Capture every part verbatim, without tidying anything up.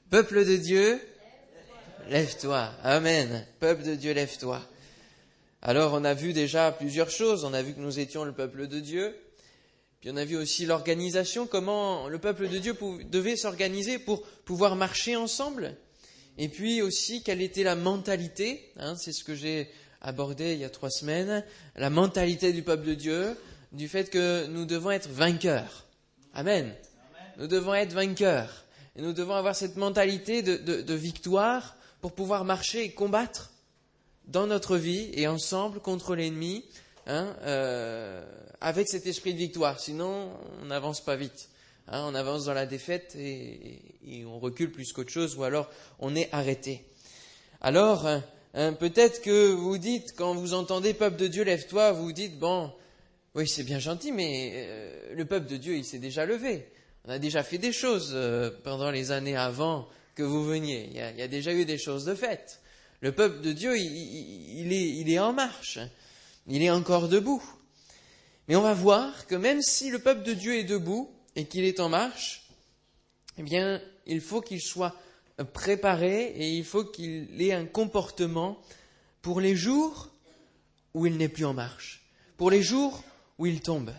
Peuple de Dieu, lève-toi. Amen. Peuple de Dieu, lève-toi. Alors, on a vu déjà plusieurs choses. On a vu que nous étions le peuple de Dieu. Puis on a vu aussi l'organisation, comment le peuple de Dieu pou- devait s'organiser pour pouvoir marcher ensemble. Et puis aussi, quelle était la mentalité, hein, c'est ce que j'ai abordé il y a trois semaines, la mentalité du peuple de Dieu, du fait que nous devons être vainqueurs. Amen. Amen. Nous devons être vainqueurs. Et nous devons avoir cette mentalité de, de, de victoire pour pouvoir marcher et combattre dans notre vie et ensemble contre l'ennemi, hein, euh, avec cet esprit de victoire. Sinon, on n'avance pas vite. Hein, on avance dans la défaite et, et, et on recule plus qu'autre chose, ou alors on est arrêté. Alors, hein, peut-être que vous dites, quand vous entendez « Peuple de Dieu, lève-toi », vous dites « Bon, oui, c'est bien gentil, mais euh, le peuple de Dieu, il s'est déjà levé. On a déjà fait des choses euh, pendant les années avant que vous veniez. Il y a, il y a déjà eu des choses de faites. Le peuple de Dieu, il, il, il, est, il est en marche. Il est encore debout. Mais on va voir que même si le peuple de Dieu est debout et qu'il est en marche, eh bien, il faut qu'il soit préparé et il faut qu'il ait un comportement pour les jours où il n'est plus en marche, pour les jours où il tombe.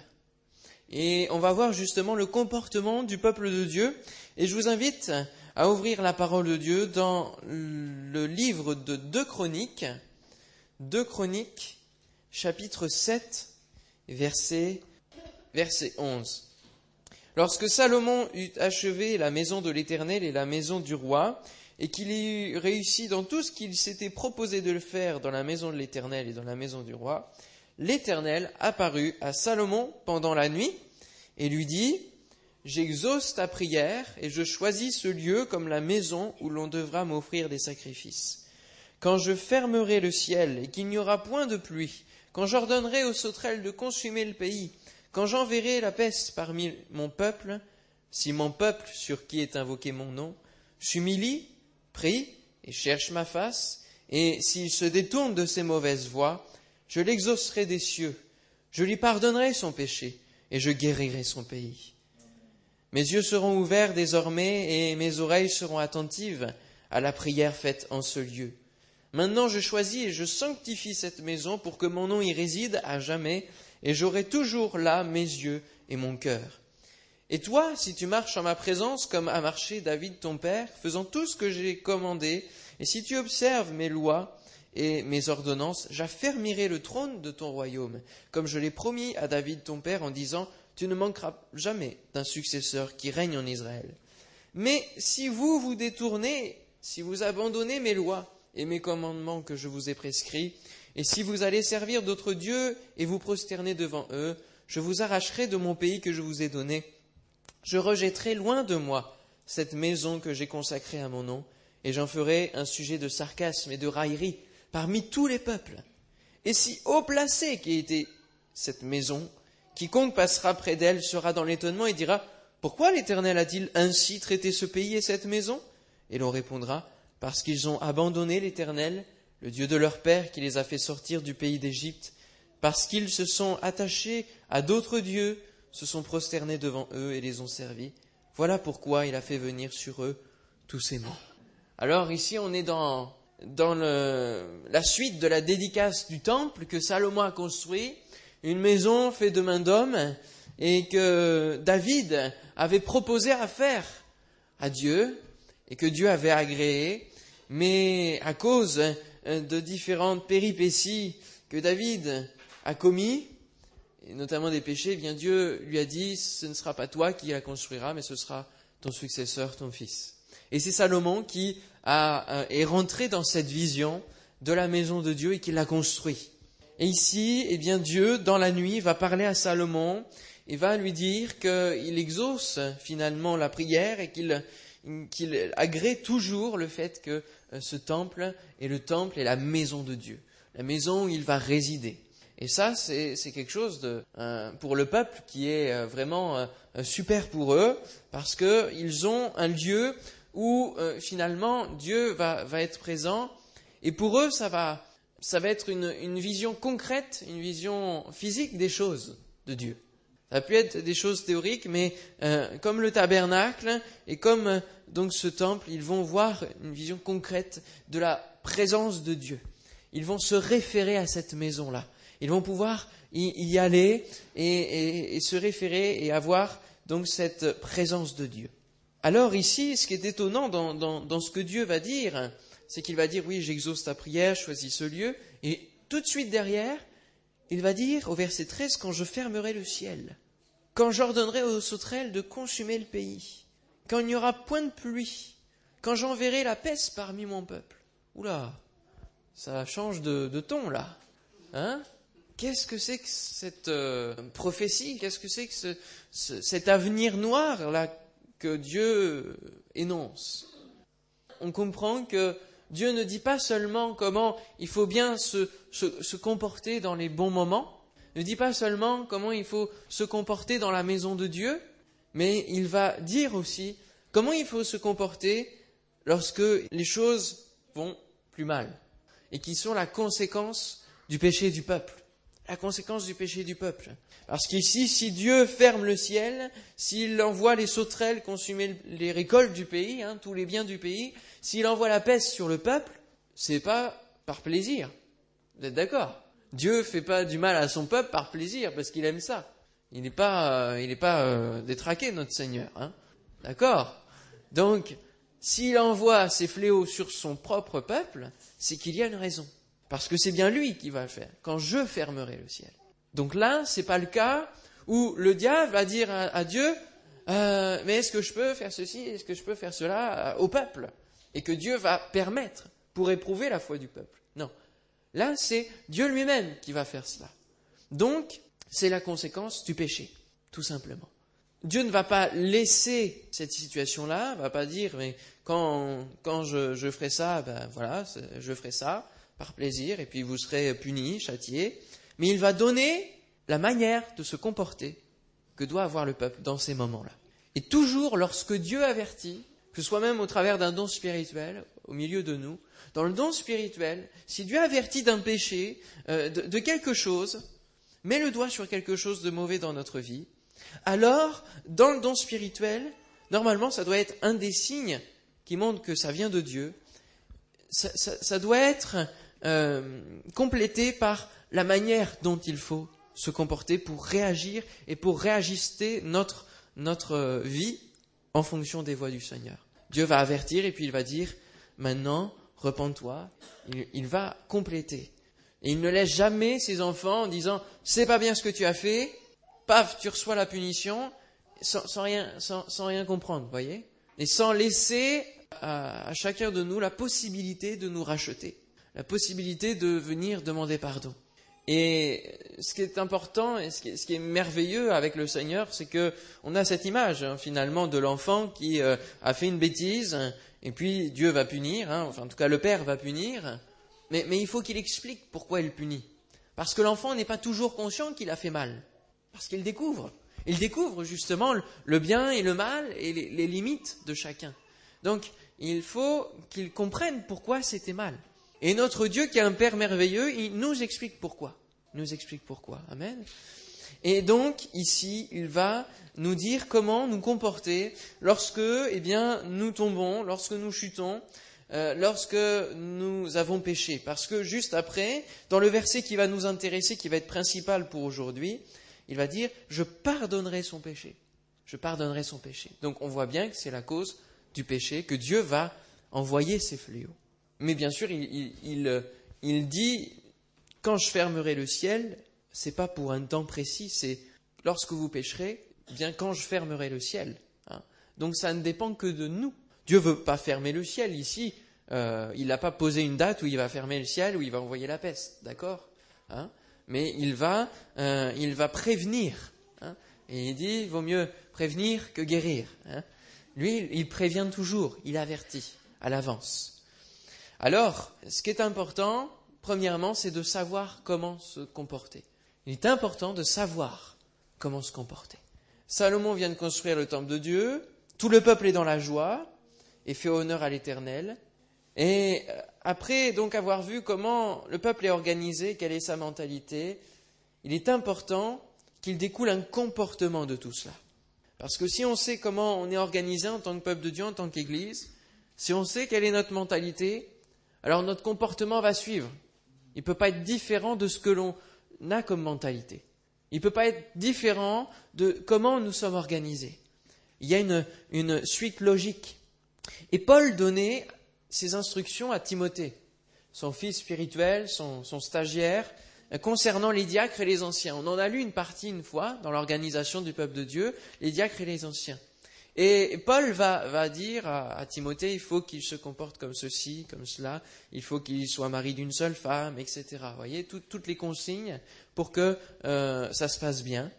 Et on va voir justement le comportement du peuple de Dieu. Et je vous invite à ouvrir la parole de Dieu dans le livre de deux Chroniques, deux Chroniques, chapitre sept, verset, verset onze. Lorsque Salomon eut achevé la maison de l'Éternel et la maison du roi, et qu'il eut réussi dans tout ce qu'il s'était proposé de le faire dans la maison de l'Éternel et dans la maison du roi, l'Éternel apparut à Salomon pendant la nuit et lui dit « J'exauce ta prière et je choisis ce lieu comme la maison où l'on devra m'offrir des sacrifices. Quand je fermerai le ciel et qu'il n'y aura point de pluie, quand j'ordonnerai aux sauterelles de consumer le pays, quand j'enverrai la peste parmi mon peuple, si mon peuple sur qui est invoqué mon nom s'humilie, prie et cherche ma face, et s'il se détourne de ses mauvaises voies, je l'exaucerai des cieux, je lui pardonnerai son péché, et je guérirai son pays. Mes yeux seront ouverts désormais, et mes oreilles seront attentives à la prière faite en ce lieu. Maintenant je choisis et je sanctifie cette maison pour que mon nom y réside à jamais, et j'aurai toujours là mes yeux et mon cœur. Et toi, si tu marches en ma présence comme a marché David ton père, faisant tout ce que j'ai commandé, et si tu observes mes lois et mes ordonnances, j'affermirai le trône de ton royaume, comme je l'ai promis à David ton père en disant, tu ne manqueras jamais d'un successeur qui règne en Israël. Mais si vous vous détournez, si vous abandonnez mes lois et mes commandements que je vous ai prescrits, et si vous allez servir d'autres dieux et vous prosterner devant eux, je vous arracherai de mon pays que je vous ai donné. Je rejetterai loin de moi cette maison que j'ai consacrée à mon nom, et j'en ferai un sujet de sarcasme et de raillerie parmi tous les peuples. Et si haut placé qu'ait été cette maison, quiconque passera près d'elle sera dans l'étonnement et dira « Pourquoi l'Éternel a-t-il ainsi traité ce pays et cette maison ?» Et l'on répondra « Parce qu'ils ont abandonné l'Éternel, le Dieu de leur père qui les a fait sortir du pays d'Égypte, parce qu'ils se sont attachés à d'autres dieux, se sont prosternés devant eux et les ont servis. Voilà pourquoi il a fait venir sur eux tous ces maux. » Alors ici on est dans, dans le, la suite de la dédicace du temple que Salomon a construit, une maison faite de main d'homme et que David avait proposé à faire à Dieu et que Dieu avait agréé, mais à cause de différentes péripéties que David a commis, et notamment des péchés, eh bien Dieu lui a dit, ce ne sera pas toi qui la construira, mais ce sera ton successeur, ton fils. Et c'est Salomon qui a, est rentré dans cette vision de la maison de Dieu et qui l'a construit. Et ici, eh bien Dieu, dans la nuit, va parler à Salomon et va lui dire qu'il exauce finalement la prière et qu'il, qu'il agrée toujours le fait que ce temple est le temple et la maison de Dieu, la maison où il va résider. Et ça, c'est, c'est quelque chose de, euh, pour le peuple qui est euh, vraiment euh, super pour eux, parce qu'ils ont un lieu où euh, finalement Dieu va, va être présent. Et pour eux, ça va, ça va être une, une vision concrète, une vision physique des choses de Dieu. Ça a pu être des choses théoriques, mais euh, comme le tabernacle et comme euh, donc ce temple, ils vont voir une vision concrète de la présence de Dieu. Ils vont se référer à cette maison-là. Ils vont pouvoir y, y aller et, et, et se référer et avoir donc cette présence de Dieu. Alors ici, ce qui est étonnant dans, dans, dans ce que Dieu va dire, c'est qu'il va dire, oui, j'exauce ta prière, choisis ce lieu, et tout de suite derrière, il va dire au verset treize, quand je fermerai le ciel, quand j'ordonnerai aux sauterelles de consumer le pays, quand il n'y aura point de pluie, quand j'enverrai la peste parmi mon peuple. Oula, ça change de, de ton là. Hein ? Qu'est-ce que c'est que cette euh, prophétie ? Qu'est-ce que c'est que ce, ce, cet avenir noir là que Dieu énonce ? On comprend que Dieu ne dit pas seulement comment il faut bien se, se, se comporter dans les bons moments, ne dit pas seulement comment il faut se comporter dans la maison de Dieu, mais il va dire aussi comment il faut se comporter lorsque les choses vont plus mal et qui sont la conséquence du péché du peuple. La conséquence du péché du peuple. Parce qu'ici, si Dieu ferme le ciel, s'il envoie les sauterelles consumer les récoltes du pays, hein, tous les biens du pays, s'il envoie la peste sur le peuple, c'est pas par plaisir. Vous êtes d'accord ? Dieu fait pas du mal à son peuple par plaisir, parce qu'il aime ça. Il n'est pas, euh, il n'est pas euh, détraqué, notre Seigneur. Hein. D'accord ? Donc, s'il envoie ces fléaux sur son propre peuple, c'est qu'il y a une raison. Parce que c'est bien lui qui va le faire, quand je fermerai le ciel. Donc là, c'est pas le cas où le diable va dire à, à Dieu, euh, mais est-ce que je peux faire ceci, est-ce que je peux faire cela euh, au peuple ? Et que Dieu va permettre pour éprouver la foi du peuple. Non. Là, c'est Dieu lui-même qui va faire cela. Donc, c'est la conséquence du péché, tout simplement. Dieu ne va pas laisser cette situation-là, ne va pas dire, mais quand, quand je, je ferai ça, ben voilà, je ferai ça, par plaisir, et puis vous serez punis, châtiés. Mais il va donner la manière de se comporter que doit avoir le peuple dans ces moments-là. Et toujours, lorsque Dieu avertit, que ce soit même au travers d'un don spirituel, au milieu de nous, dans le don spirituel, si Dieu avertit d'un péché, euh, de, de quelque chose, met le doigt sur quelque chose de mauvais dans notre vie, alors, dans le don spirituel, normalement, ça doit être un des signes qui montrent que ça vient de Dieu. Ça, ça, ça doit être euh, complété par la manière dont il faut se comporter pour réagir et pour réajuster notre, notre vie en fonction des voies du Seigneur. Dieu va avertir et puis il va dire, maintenant, repens-toi. Il, il va compléter. Et il ne laisse jamais ses enfants en disant, c'est pas bien ce que tu as fait, paf, tu reçois la punition, sans, sans, rien, sans, sans rien comprendre, vous voyez ? Et sans laisser à, à chacun de nous la possibilité de nous racheter, la possibilité de venir demander pardon. Et ce qui est important et ce qui est, ce qui est merveilleux avec le Seigneur, c'est que on a cette image hein, finalement de l'enfant qui euh, a fait une bêtise et puis Dieu va punir, hein, enfin en tout cas le Père va punir, mais, mais il faut qu'il explique pourquoi il punit. Parce que l'enfant n'est pas toujours conscient qu'il a fait mal, parce qu'il découvre. Il découvre justement le bien et le mal et les, les limites de chacun. Donc il faut qu'il comprenne pourquoi c'était mal. Et notre Dieu, qui est un Père merveilleux, il nous explique pourquoi. Il nous explique pourquoi. Amen. Et donc, ici, il va nous dire comment nous comporter lorsque, eh bien, nous tombons, lorsque nous chutons, euh, lorsque nous avons péché. Parce que juste après, dans le verset qui va nous intéresser, qui va être principal pour aujourd'hui, il va dire « Je pardonnerai son péché ». Je pardonnerai son péché. Donc, on voit bien que c'est la cause du péché, que Dieu va envoyer ces fléaux. Mais bien sûr, il, il, il, il dit, quand je fermerai le ciel, c'est pas pour un temps précis, c'est lorsque vous pécherez, bien quand je fermerai le ciel. Hein. Donc ça ne dépend que de nous. Dieu veut pas fermer le ciel ici. Euh, il n'a pas posé une date où il va fermer le ciel, où il va envoyer la peste, d'accord hein. Mais il va, euh, il va prévenir. Hein. Et il dit, il vaut mieux prévenir que guérir. Hein. Lui, il prévient toujours, il avertit à l'avance. Alors, ce qui est important, premièrement, c'est de savoir comment se comporter. Il est important de savoir comment se comporter. Salomon vient de construire le temple de Dieu, tout le peuple est dans la joie et fait honneur à l'Éternel. Et après donc avoir vu comment le peuple est organisé, quelle est sa mentalité, il est important qu'il découle un comportement de tout cela. Parce que si on sait comment on est organisé en tant que peuple de Dieu, en tant qu'Église, si on sait quelle est notre mentalité, alors notre comportement va suivre. Il ne peut pas être différent de ce que l'on a comme mentalité. Il ne peut pas être différent de comment nous sommes organisés. Il y a une, une suite logique. Et Paul donnait ses instructions à Timothée, son fils spirituel, son, son stagiaire, concernant les diacres et les anciens. On en a lu une partie une fois dans l'organisation du peuple de Dieu, les diacres et les anciens. Et Paul va, va dire à, à Timothée, il faut qu'il se comporte comme ceci, comme cela, il faut qu'il soit mari d'une seule femme, et cetera. Vous voyez, tout, toutes les consignes pour que euh, ça se passe bien.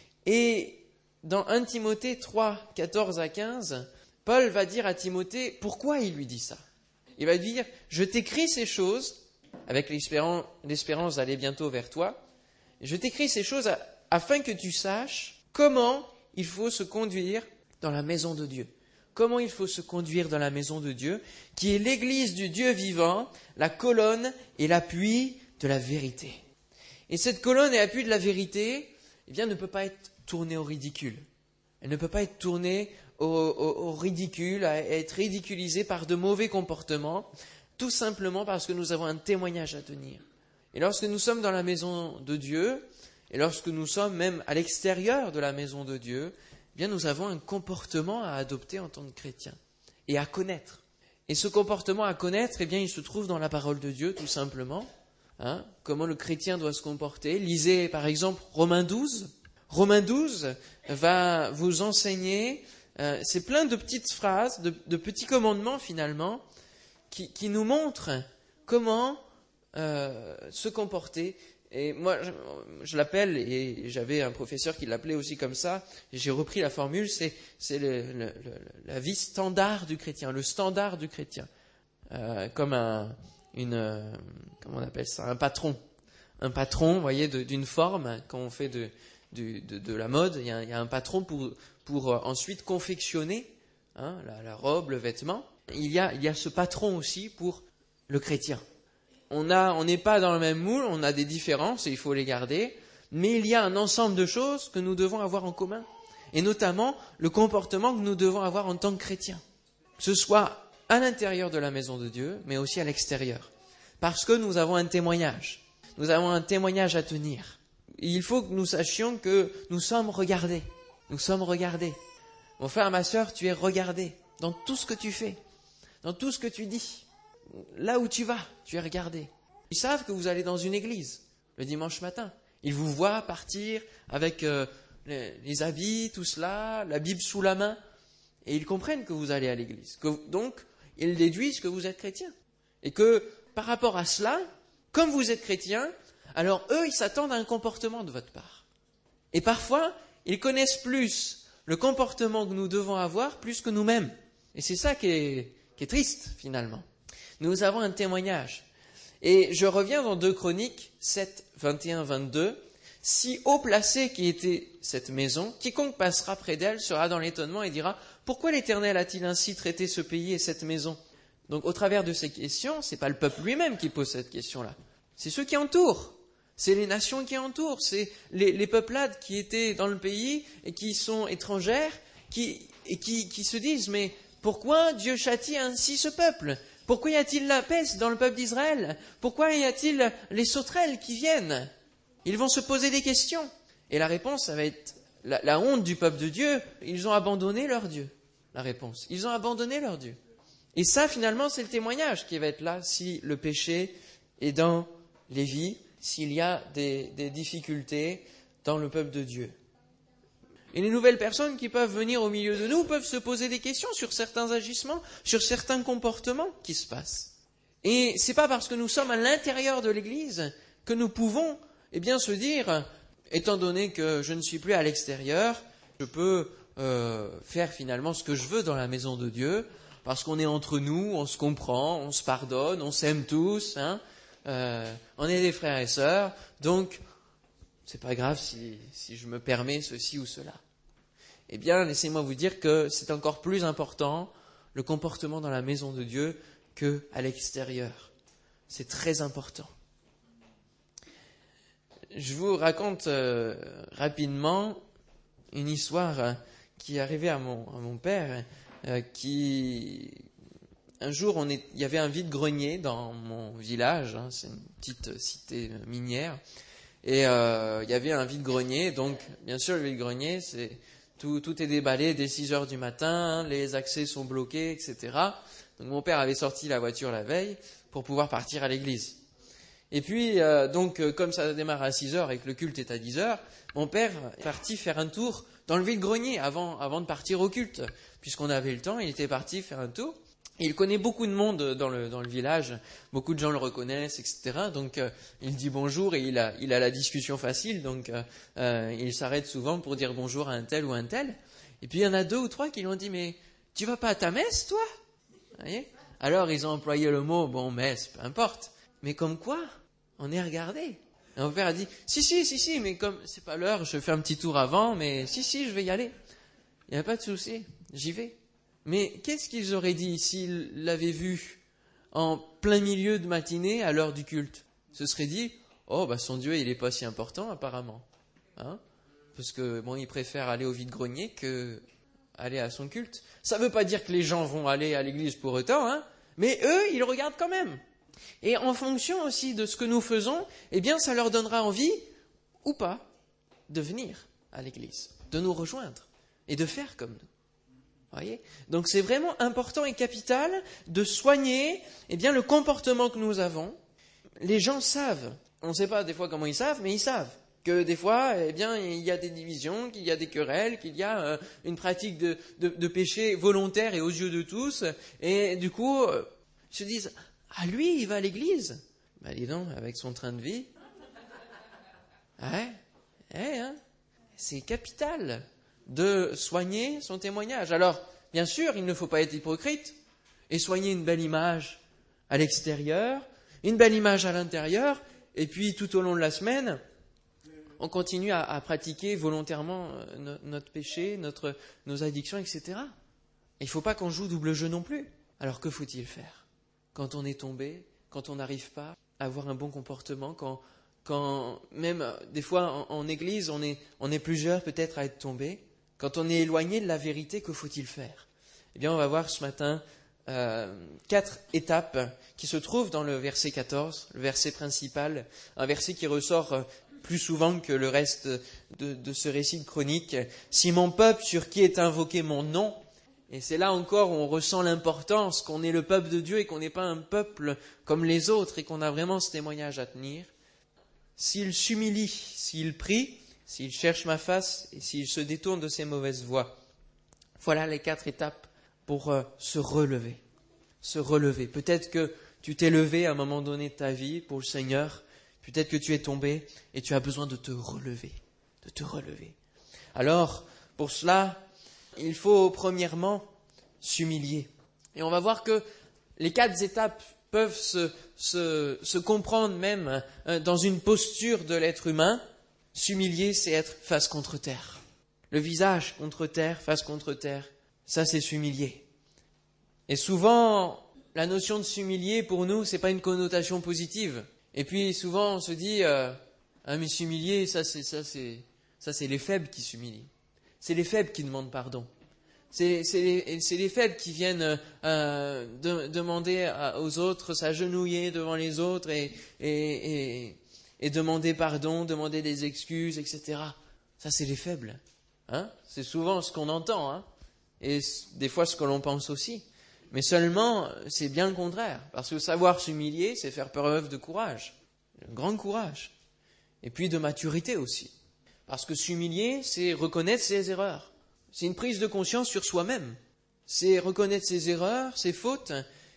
Et dans un Timothée trois, quatorze à quinze, Paul va dire à Timothée, pourquoi il lui dit ça? Il va dire, je t'écris ces choses, avec l'espérance, l'espérance d'aller bientôt vers toi, je t'écris ces choses afin que tu saches comment il faut se conduire dans la maison de Dieu. Comment il faut se conduire dans la maison de Dieu, qui est l'église du Dieu vivant, la colonne et l'appui de la vérité. Et cette colonne et l'appui de la vérité, eh bien, ne peut pas être tournée au ridicule. Elle ne peut pas être tournée au, au, au ridicule, à être ridiculisée par de mauvais comportements, tout simplement parce que nous avons un témoignage à tenir. Et lorsque nous sommes dans la maison de Dieu, et lorsque nous sommes même à l'extérieur de la maison de Dieu, eh bien nous avons un comportement à adopter en tant que chrétiens et à connaître. Et ce comportement à connaître, eh bien il se trouve dans la parole de Dieu, tout simplement. Hein, comment le chrétien doit se comporter. Lisez par exemple Romains douze. Romains douze va vous enseigner, euh, c'est plein de petites phrases, de, de petits commandements finalement, qui, qui nous montrent comment euh, se comporter. Et moi, je, je l'appelle, et j'avais un professeur qui l'appelait aussi comme ça, et j'ai repris la formule, c'est, c'est le, le, le, la vie standard du chrétien, le standard du chrétien. Euh, comme un, une, euh, comment on appelle ça, un patron. Un patron, vous voyez, de, d'une forme, quand on fait de, de, de, de la mode, il y a, il y a un patron pour, pour euh, ensuite confectionner hein, la, la robe, le vêtement. Il y a, il y a ce patron aussi pour le chrétien. On a, on n'est pas dans le même moule, on a des différences et il faut les garder, mais il y a un ensemble de choses que nous devons avoir en commun, et notamment le comportement que nous devons avoir en tant que chrétiens, que ce soit à l'intérieur de la maison de Dieu, mais aussi à l'extérieur, parce que nous avons un témoignage, nous avons un témoignage à tenir. Il faut que nous sachions que nous sommes regardés, nous sommes regardés. Mon frère, ma sœur, tu es regardé dans tout ce que tu fais, dans tout ce que tu dis. Là où tu vas, tu es regardé. Ils savent que vous allez dans une église le dimanche matin. Ils vous voient partir avec euh, les, les habits, tout cela, la Bible sous la main, et ils comprennent que vous allez à l'église. Que, donc, ils déduisent que vous êtes chrétien. Et que, par rapport à cela, comme vous êtes chrétien, alors eux, ils s'attendent à un comportement de votre part. Et parfois, ils connaissent plus le comportement que nous devons avoir, plus que nous-mêmes. Et c'est ça qui est, qui est triste, finalement. Nous avons un témoignage. Et je reviens dans deux Chroniques sept, vingt et un, vingt-deux. Si haut placé qui était cette maison, quiconque passera près d'elle sera dans l'étonnement et dira « Pourquoi l'Éternel a-t-il ainsi traité ce pays et cette maison ?» Donc au travers de ces questions, c'est pas le peuple lui-même qui pose cette question-là. C'est ceux qui entourent. C'est les nations qui entourent. C'est les, les peuplades qui étaient dans le pays et qui sont étrangères qui, et qui, qui se disent « Mais pourquoi Dieu châtie ainsi ce peuple ?» Pourquoi y a-t-il la peste dans le peuple d'Israël? Pourquoi y a-t-il les sauterelles qui viennent? Ils vont se poser des questions. Et la réponse, ça va être la, la honte du peuple de Dieu. Ils ont abandonné leur Dieu. La réponse. Ils ont abandonné leur Dieu. Et ça, finalement, c'est le témoignage qui va être là si le péché est dans les vies, s'il y a des, des difficultés dans le peuple de Dieu. Et les nouvelles personnes qui peuvent venir au milieu de nous peuvent se poser des questions sur certains agissements, sur certains comportements qui se passent. Et c'est pas parce que nous sommes à l'intérieur de l'Église que nous pouvons, eh bien, se dire, étant donné que je ne suis plus à l'extérieur, je peux euh, faire finalement ce que je veux dans la maison de Dieu, parce qu'on est entre nous, on se comprend, on se pardonne, on s'aime tous, hein, euh, on est des frères et sœurs, donc c'est pas grave si, si je me permets ceci ou cela. Eh bien, laissez-moi vous dire que c'est encore plus important le comportement dans la maison de Dieu qu'à l'extérieur. C'est très important. Je vous raconte euh, rapidement une histoire euh, qui est arrivée à mon, à mon père, euh, qui... Un jour, on est, il y avait un vide-grenier dans mon village, hein, c'est une petite cité minière, et euh, il y avait un vide-grenier, donc bien sûr le vide-grenier, c'est tout, tout est déballé dès six heures du matin, hein, les accès sont bloqués, et cetera. Donc mon père avait sorti la voiture la veille pour pouvoir partir à l'église. Et puis, euh, donc, euh, comme ça démarre à six heures et que le culte est à dix heures, mon père est parti faire un tour dans le vide-grenier avant, avant de partir au culte. Puisqu'on avait le temps, il était parti faire un tour. Et il connaît beaucoup de monde dans le, dans le village, beaucoup de gens le reconnaissent, et cetera. Donc, euh, il dit bonjour et il a, il a la discussion facile, donc euh, euh, il s'arrête souvent pour dire bonjour à un tel ou un tel. Et puis, il y en a deux ou trois qui lui ont dit « Mais tu vas pas à ta messe, toi ?» Vous voyez ? Alors, ils ont employé le mot « bon, messe, peu importe ». Mais comme quoi, on est regardé. Et mon père a dit « Si, si, si, si, mais comme c'est pas l'heure, je fais un petit tour avant, mais si, si, je vais y aller. Il n'y a pas de souci, j'y vais. » Mais qu'est-ce qu'ils auraient dit s'ils l'avaient vu en plein milieu de matinée à l'heure du culte ? Ils se seraient dit « Oh, bah son Dieu, il n'est pas si important apparemment. Hein » Parce que bon, il préfère aller au vide-grenier que aller à son culte. Ça ne veut pas dire que les gens vont aller à l'église pour autant, hein, mais eux, ils regardent quand même. Et en fonction aussi de ce que nous faisons, eh bien, ça leur donnera envie, ou pas, de venir à l'église, de nous rejoindre et de faire comme nous. Voyez ? Donc c'est vraiment important et capital de soigner eh bien, le comportement que nous avons. Les gens savent, on ne sait pas des fois comment ils savent, mais ils savent que des fois, eh bien, il y a des divisions, qu'il y a des querelles, qu'il y a euh, une pratique de, de, de péché volontaire et aux yeux de tous, et du coup, euh, ils se disent « Ah, lui, il va à l'église ?» Ben dis donc, avec son train de vie. Ouais, ouais, hein, c'est capital de soigner son témoignage. Alors, bien sûr, il ne faut pas être hypocrite et soigner une belle image à l'extérieur, une belle image à l'intérieur, et puis tout au long de la semaine, on continue à, à pratiquer volontairement no, notre péché, notre, nos addictions, et cetera. Il ne faut pas qu'on joue double jeu non plus. Alors que faut-il faire ? Quand on est tombé, quand on n'arrive pas à avoir un bon comportement, quand, quand même des fois en, en église, on est, on est plusieurs peut-être à être tombés, quand on est éloigné de la vérité, que faut-il faire ? Eh bien, on va voir ce matin euh, quatre étapes qui se trouvent dans le verset quatorze, le verset principal, un verset qui ressort plus souvent que le reste de, de ce récit de chronique. « Si mon peuple sur qui est invoqué mon nom », et c'est là encore où on ressent l'importance qu'on est le peuple de Dieu et qu'on n'est pas un peuple comme les autres et qu'on a vraiment ce témoignage à tenir. S'il s'humilie, s'il prie, s'il cherche ma face et s'il se détourne de ses mauvaises voies. Voilà les quatre étapes pour euh, se relever. Se relever. Peut-être que tu t'es levé à un moment donné de ta vie pour le Seigneur. Peut-être que tu es tombé et tu as besoin de te relever. De te relever. Alors, pour cela, il faut premièrement s'humilier. Et on va voir que les quatre étapes peuvent se, se, se comprendre même dans une posture de l'être humain. S'humilier, c'est être face contre terre. Le visage contre terre, face contre terre, ça c'est s'humilier. Et souvent, la notion de s'humilier, pour nous, c'est pas une connotation positive. Et puis souvent, on se dit, euh, ah mais s'humilier, ça c'est, ça, c'est, ça c'est les faibles qui s'humilient. C'est les faibles qui demandent pardon. C'est, c'est, les, c'est les faibles qui viennent euh, de, demander à, aux autres, s'agenouiller devant les autres et, et, et, et demander pardon, demander des excuses, et cetera. Ça, c'est les faibles. Hein ? C'est souvent ce qu'on entend, hein ? Et des fois ce que l'on pense aussi. Mais seulement, c'est bien le contraire. Parce que savoir s'humilier, c'est faire preuve de courage, de grand courage. Et puis de maturité aussi. Parce que s'humilier, c'est reconnaître ses erreurs. C'est une prise de conscience sur soi-même. C'est reconnaître ses erreurs, ses fautes,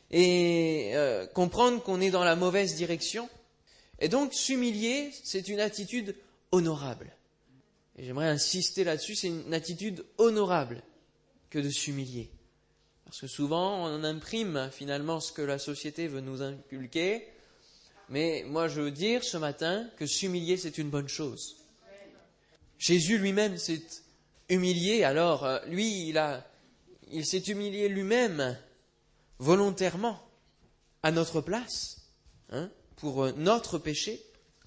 et euh, comprendre qu'on est dans la mauvaise direction. Et donc, s'humilier, c'est une attitude honorable. Et j'aimerais insister là-dessus, c'est une attitude honorable que de s'humilier. Parce que souvent, on imprime finalement ce que la société veut nous inculquer. Mais moi, je veux dire ce matin que s'humilier, c'est une bonne chose. Jésus lui-même s'est humilié, alors euh, lui, il, a, il s'est humilié lui-même volontairement à notre place, hein, pour euh, notre péché.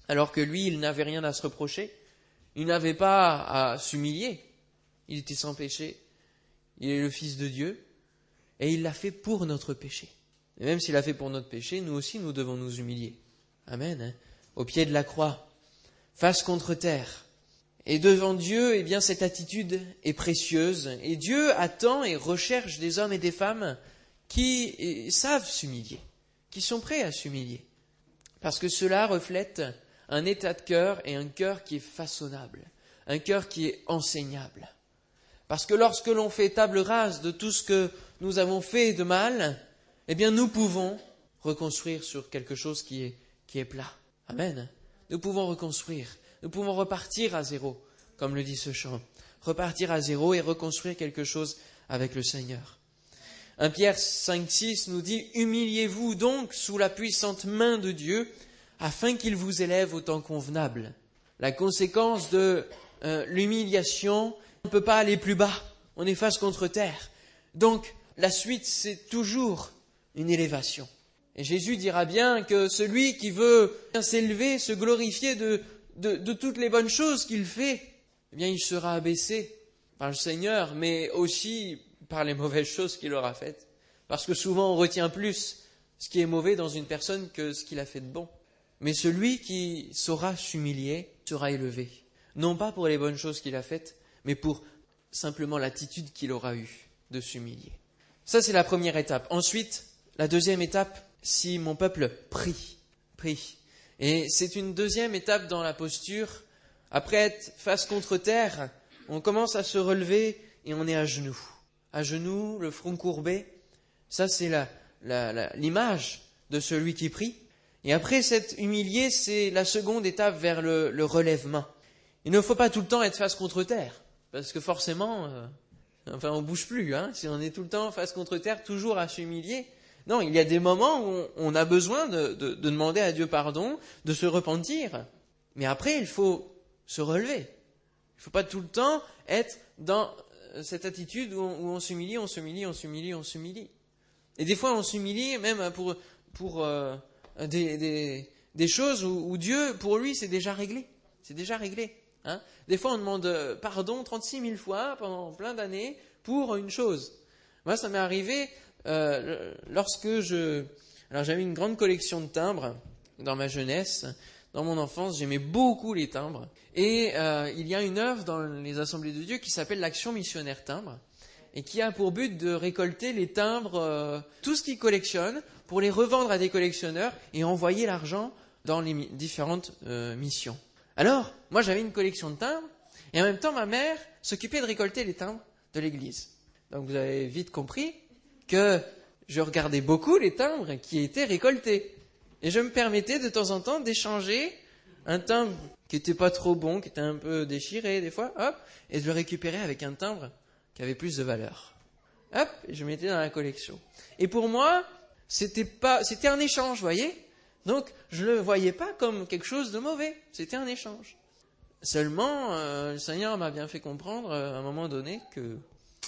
alors que lui, il n'avait rien à se reprocher. Il n'avait pas à s'humilier. Il était sans péché. Il est le Fils de Dieu. Et il l'a fait pour notre péché. Et même s'il l'a fait pour notre péché, nous aussi, nous devons nous humilier. Amen. Hein, au pied de la croix, face contre terre. Et devant Dieu, eh bien, cette attitude est précieuse. Et Dieu attend et recherche des hommes et des femmes qui eh, savent s'humilier, qui sont prêts à s'humilier. Parce que cela reflète un état de cœur et un cœur qui est façonnable, un cœur qui est enseignable. Parce que lorsque l'on fait table rase de tout ce que nous avons fait de mal, eh bien nous pouvons reconstruire sur quelque chose qui est, qui est plat. Amen. Nous pouvons reconstruire, nous pouvons repartir à zéro, comme le dit ce chant. Repartir à zéro et reconstruire quelque chose avec le Seigneur. premier Pierre cinq six nous dit « Humiliez-vous donc sous la puissante main de Dieu, afin qu'il vous élève au temps convenable. » La conséquence de euh, l'humiliation, on ne peut pas aller plus bas, on est face contre terre. Donc, la suite, c'est toujours une élévation. Et Jésus dira bien que celui qui veut s'élever, se glorifier de, de, de toutes les bonnes choses qu'il fait, eh bien, il sera abaissé par le Seigneur, mais aussi par les mauvaises choses qu'il aura faites. Parce que souvent, on retient plus ce qui est mauvais dans une personne que ce qu'il a fait de bon. Mais celui qui saura s'humilier sera élevé. Non pas pour les bonnes choses qu'il a faites, mais pour simplement l'attitude qu'il aura eue de s'humilier. Ça, c'est la première étape. Ensuite, la deuxième étape, si mon peuple prie, prie. Et c'est une deuxième étape dans la posture. Après être face contre terre, on commence à se relever et on est à genoux. À genoux, le front courbé. Ça, c'est la, la, la, l'image de celui qui prie. Et après s'être humilié, c'est la seconde étape vers le, le relèvement. Il ne faut pas tout le temps être face contre terre, parce que forcément, euh, enfin, on bouge plus. Hein, si on est tout le temps face contre terre, toujours à s'humilier. Non, il y a des moments où on, on a besoin de, de, de demander à Dieu pardon, de se repentir. Mais après, il faut se relever. Il ne faut pas tout le temps être dans cette attitude où on, où on s'humilie, on s'humilie, on s'humilie, on s'humilie. Et des fois, on s'humilie même pour, pour euh, des, des, des choses où, où Dieu, pour lui, c'est déjà réglé. C'est déjà réglé. Hein. Des fois, on demande pardon trente-six mille fois pendant plein d'années pour une chose. Moi, ça m'est arrivé euh, lorsque je... Alors, j'avais une grande collection de timbres dans ma jeunesse. Dans mon enfance, j'aimais beaucoup les timbres. Et euh, il y a une œuvre dans les Assemblées de Dieu qui s'appelle l'Action missionnaire timbre et qui a pour but de récolter les timbres, euh, tout ce qu'ils collectionnent, pour les revendre à des collectionneurs et envoyer l'argent dans les mi- différentes euh, missions. Alors, moi j'avais une collection de timbres et en même temps ma mère s'occupait de récolter les timbres de l'église. Donc vous avez vite compris que je regardais beaucoup les timbres qui étaient récoltés. Et je me permettais de temps en temps d'échanger un timbre qui était pas trop bon, qui était un peu déchiré des fois, hop, et de le récupérer avec un timbre qui avait plus de valeur. Hop, et je mettais dans la collection. Et pour moi, c'était pas, c'était un échange, vous voyez. Donc, je le voyais pas comme quelque chose de mauvais. C'était un échange. Seulement, euh, le Seigneur m'a bien fait comprendre euh, à un moment donné que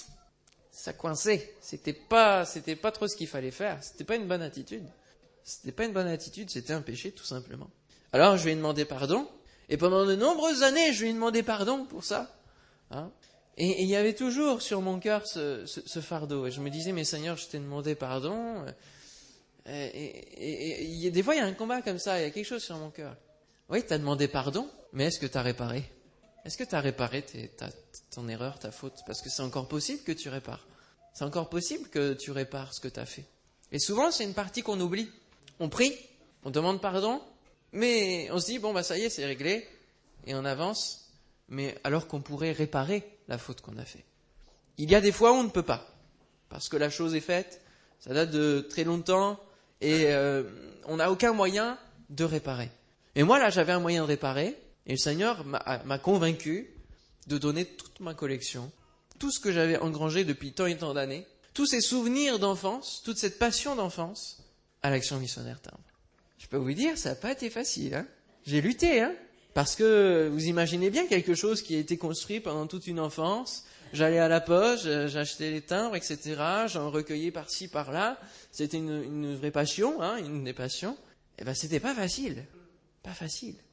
ça coinçait. C'était pas, c'était pas trop ce qu'il fallait faire. C'était pas une bonne attitude. C'était pas une bonne attitude, c'était un péché, tout simplement. Alors, je lui ai demandé pardon. Et pendant de nombreuses années, je lui ai demandé pardon pour ça. Hein. Et, et il y avait toujours sur mon cœur ce, ce, ce fardeau. Et je me disais, mais Seigneur, je t'ai demandé pardon. Et, et, et, et des fois, il y a un combat comme ça, il y a quelque chose sur mon cœur. Oui, tu as demandé pardon, mais est-ce que tu as réparé ? Est-ce que tu as réparé tes, ta, ton erreur, ta faute ? Parce que c'est encore possible que tu répares. C'est encore possible que tu répares ce que tu as fait. Et souvent, c'est une partie qu'on oublie. On prie, on demande pardon, mais on se dit, bon, bah ça y est, c'est réglé, et on avance, mais alors qu'on pourrait réparer la faute qu'on a fait. Il y a des fois où on ne peut pas, parce que la chose est faite, ça date de très longtemps, et euh, on n'a aucun moyen de réparer. Et moi, là, j'avais un moyen de réparer, et le Seigneur m'a, m'a convaincu de donner toute ma collection, tout ce que j'avais engrangé depuis tant et tant d'années, tous ces souvenirs d'enfance, toute cette passion d'enfance, à l'Action missionnaire timbre. Je peux vous dire, ça n'a pas été facile. Hein. J'ai lutté, hein, parce que vous imaginez bien quelque chose qui a été construit pendant toute une enfance. J'allais à la poste, j'achetais les timbres, et cetera. J'en recueillais par-ci, par-là. C'était une, une vraie passion, hein, une des passions. Et ben, c'était pas facile, pas facile.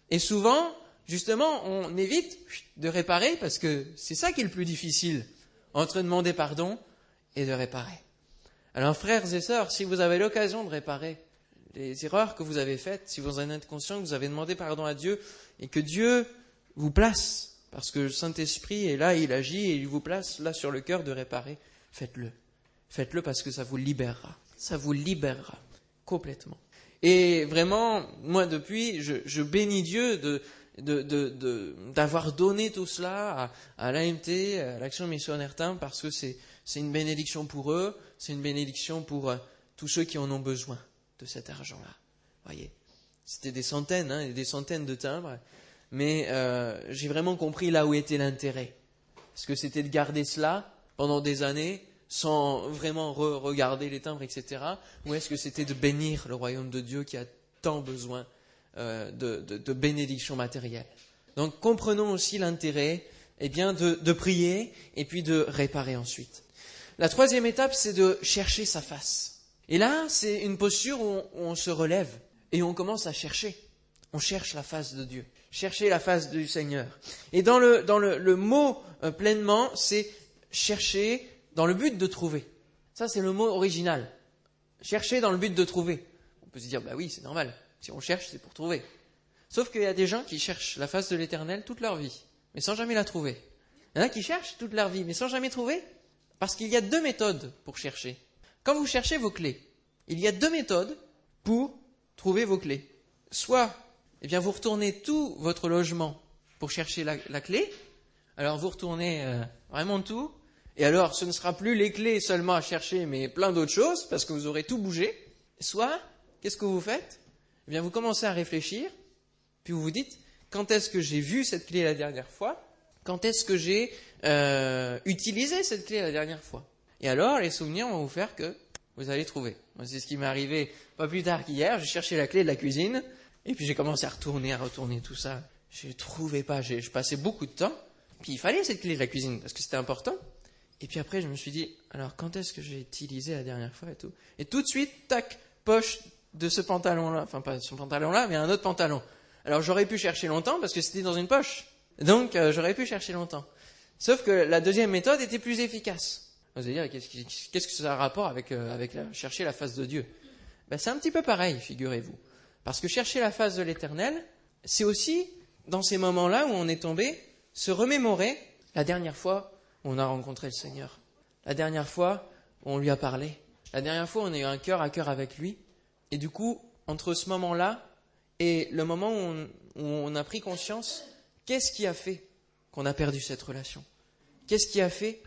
Et souvent, justement, on évite de réparer parce que c'est ça qui est le plus difficile, entre demander pardon et de réparer. Alors frères et sœurs, si vous avez l'occasion de réparer les erreurs que vous avez faites, si vous en êtes conscient que vous avez demandé pardon à Dieu et que Dieu vous place, parce que le Saint-Esprit est là, il agit et il vous place là sur le cœur de réparer, faites-le. Faites-le parce que ça vous libérera. Ça vous libérera complètement. Et vraiment, moi depuis, je, je bénis Dieu de, de, de, de, d'avoir donné tout cela à, à l'A M T, à l'Action Missionnaire Timbre, parce que c'est, c'est une bénédiction pour eux, c'est une bénédiction pour euh, tous ceux qui en ont besoin de cet argent-là. Voyez, c'était des centaines, hein, des centaines de timbres, mais euh, j'ai vraiment compris là où était l'intérêt. Est-ce que c'était de garder cela pendant des années sans vraiment re- regarder les timbres, et cetera. Ou est-ce que c'était de bénir le royaume de Dieu qui a tant besoin euh, de, de, de bénédiction matérielle. Donc comprenons aussi l'intérêt eh bien, de, de prier et puis de réparer ensuite. La troisième étape, c'est de chercher sa face. Et là, c'est une posture où on, où on se relève et on commence à chercher. On cherche la face de Dieu, chercher la face du Seigneur. Et dans le, dans le, le mot euh, pleinement, c'est chercher dans le but de trouver. Ça, c'est le mot original. Chercher dans le but de trouver. On peut se dire, bah oui, c'est normal. Si on cherche, c'est pour trouver. Sauf qu'il y a des gens qui cherchent la face de l'Éternel toute leur vie, mais sans jamais la trouver. Il y en a qui cherchent toute leur vie, mais sans jamais trouver. Parce qu'il y a deux méthodes pour chercher. Quand vous cherchez vos clés, il y a deux méthodes pour trouver vos clés. Soit, eh bien, vous retournez tout votre logement pour chercher la, la clé. Alors, vous retournez euh, vraiment tout. Et alors, ce ne sera plus les clés seulement à chercher, mais plein d'autres choses, parce que vous aurez tout bougé. Soit, qu'est-ce que vous faites ? Eh bien, vous commencez à réfléchir, puis vous vous dites, quand est-ce que j'ai vu cette clé la dernière fois ? Quand est-ce que j'ai euh, utilisé cette clé la dernière fois ? Et alors, les souvenirs vont vous faire que vous allez trouver. Moi, c'est ce qui m'est arrivé pas plus tard qu'hier. J'ai cherché la clé de la cuisine, et puis j'ai commencé à retourner, à retourner tout ça. Je ne trouvais pas, j'ai, je passais beaucoup de temps. Puis il fallait cette clé de la cuisine, parce que c'était important. Et puis après, je me suis dit, alors quand est-ce que j'ai utilisé la dernière fois et tout ? Et tout de suite, tac, poche de ce pantalon-là. Enfin, pas ce pantalon-là, mais un autre pantalon. Alors j'aurais pu chercher longtemps parce que c'était dans une poche. Donc euh, j'aurais pu chercher longtemps. Sauf que la deuxième méthode était plus efficace. Vous allez dire, qu'est-ce, qui, qu'est-ce que ça a rapport avec, euh, avec la, chercher la face de Dieu ? Ben, c'est un petit peu pareil, figurez-vous. Parce que chercher la face de l'Éternel, c'est aussi, dans ces moments-là où on est tombé, se remémorer la dernière fois où on a rencontré le Seigneur. La dernière fois où on lui a parlé. La dernière fois où on a eu un cœur à cœur avec lui. Et du coup, entre ce moment-là et le moment où on, où on a pris conscience, qu'est-ce qui a fait qu'on a perdu cette relation ? Qu'est-ce qui a fait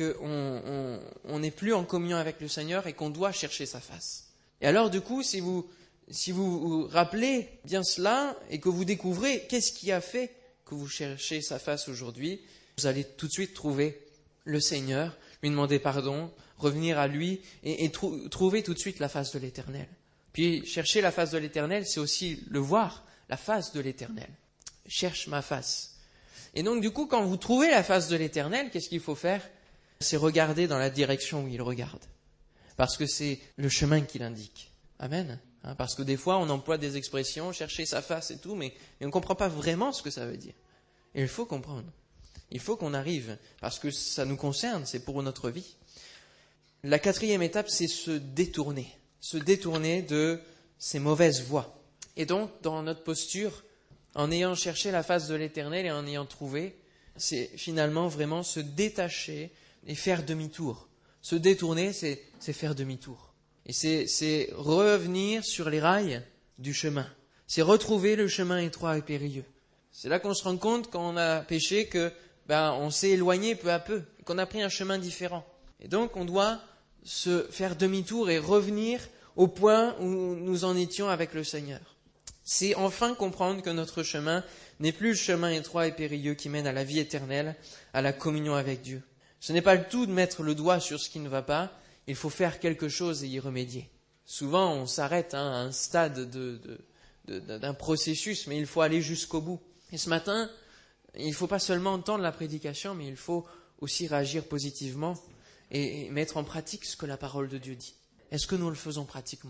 qu'on n'est plus en communion avec le Seigneur et qu'on doit chercher sa face ? Et alors, du coup, si vous, si vous vous rappelez bien cela et que vous découvrez qu'est-ce qui a fait que vous cherchez sa face aujourd'hui, vous allez tout de suite trouver le Seigneur, lui demander pardon, revenir à lui et, et trou- trouver tout de suite la face de l'Éternel. Puis chercher la face de l'Éternel, c'est aussi le voir, la face de l'Éternel. Cherche ma face. Et donc du coup, quand vous trouvez la face de l'Éternel, qu'est-ce qu'il faut faire ? C'est regarder dans la direction où il regarde. Parce que c'est le chemin qu'il indique. Amen. Hein, parce que des fois, on emploie des expressions, chercher sa face et tout, mais, mais on ne comprend pas vraiment ce que ça veut dire. Et il faut comprendre. Il faut qu'on arrive, parce que ça nous concerne, c'est pour notre vie. La quatrième étape, c'est se détourner. Se détourner de ces mauvaises voies. Et donc, dans notre posture, en ayant cherché la face de l'Éternel et en ayant trouvé, c'est finalement vraiment se détacher et faire demi-tour. Se détourner, c'est, c'est faire demi-tour. Et c'est, c'est revenir sur les rails du chemin. C'est retrouver le chemin étroit et périlleux. C'est là qu'on se rend compte quand on a péché que ben, on s'est éloigné peu à peu, qu'on a pris un chemin différent. Et donc on doit se faire demi-tour et revenir au point où nous en étions avec le Seigneur. C'est enfin comprendre que notre chemin n'est plus le chemin étroit et périlleux qui mène à la vie éternelle, à la communion avec Dieu. Ce n'est pas le tout de mettre le doigt sur ce qui ne va pas, il faut faire quelque chose et y remédier. Souvent on s'arrête hein, à un stade de, de, de, d'un processus, mais il faut aller jusqu'au bout. Et ce matin, il ne faut pas seulement entendre la prédication, mais il faut aussi réagir positivement et mettre en pratique ce que la parole de Dieu dit. Est-ce que nous le faisons pratiquement ?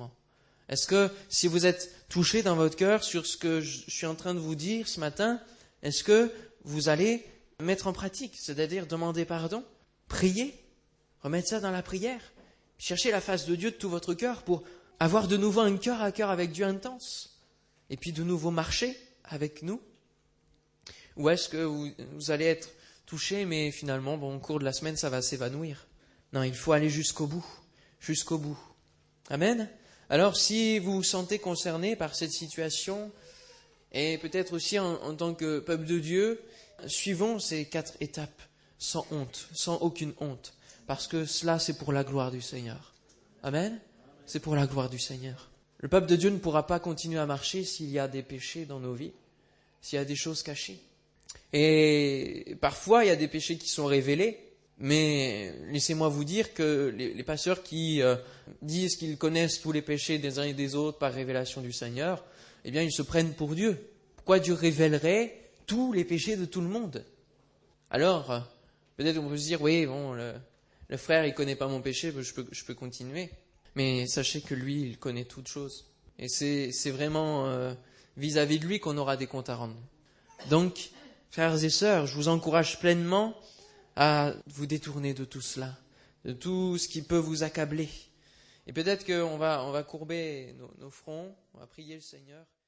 Est-ce que si vous êtes touché dans votre cœur sur ce que je suis en train de vous dire ce matin, est-ce que vous allez mettre en pratique, c'est-à-dire demander pardon, prier, remettre ça dans la prière, chercher la face de Dieu de tout votre cœur pour avoir de nouveau un cœur à cœur avec Dieu intense, et puis de nouveau marcher avec nous? Ou est-ce que vous, vous allez être touché, mais finalement, bon, au cours de la semaine, ça va s'évanouir? Non, il faut aller jusqu'au bout, jusqu'au bout. Amen. Alors, si vous vous sentez concerné par cette situation, et peut-être aussi en, en tant que peuple de Dieu, suivons ces quatre étapes, sans honte, sans aucune honte, parce que cela, c'est pour la gloire du Seigneur. Amen. C'est pour la gloire du Seigneur. Le peuple de Dieu ne pourra pas continuer à marcher s'il y a des péchés dans nos vies, s'il y a des choses cachées. Et parfois, il y a des péchés qui sont révélés, mais laissez-moi vous dire que les, les pasteurs qui euh, disent qu'ils connaissent tous les péchés des uns et des autres par révélation du Seigneur, eh bien, ils se prennent pour Dieu. Pourquoi Dieu révélerait tous les péchés de tout le monde? Alors, euh, peut-être on peut se dire, oui, bon, le, le frère, il connaît pas mon péché, je peux, je peux continuer. Mais sachez que lui, il connaît toutes choses. Et c'est, c'est vraiment euh, vis-à-vis de lui qu'on aura des comptes à rendre. Donc, frères et sœurs, je vous encourage pleinement à vous détourner de tout cela, de tout ce qui peut vous accabler. Et peut-être qu'on va, on va courber nos, nos fronts, on va prier le Seigneur.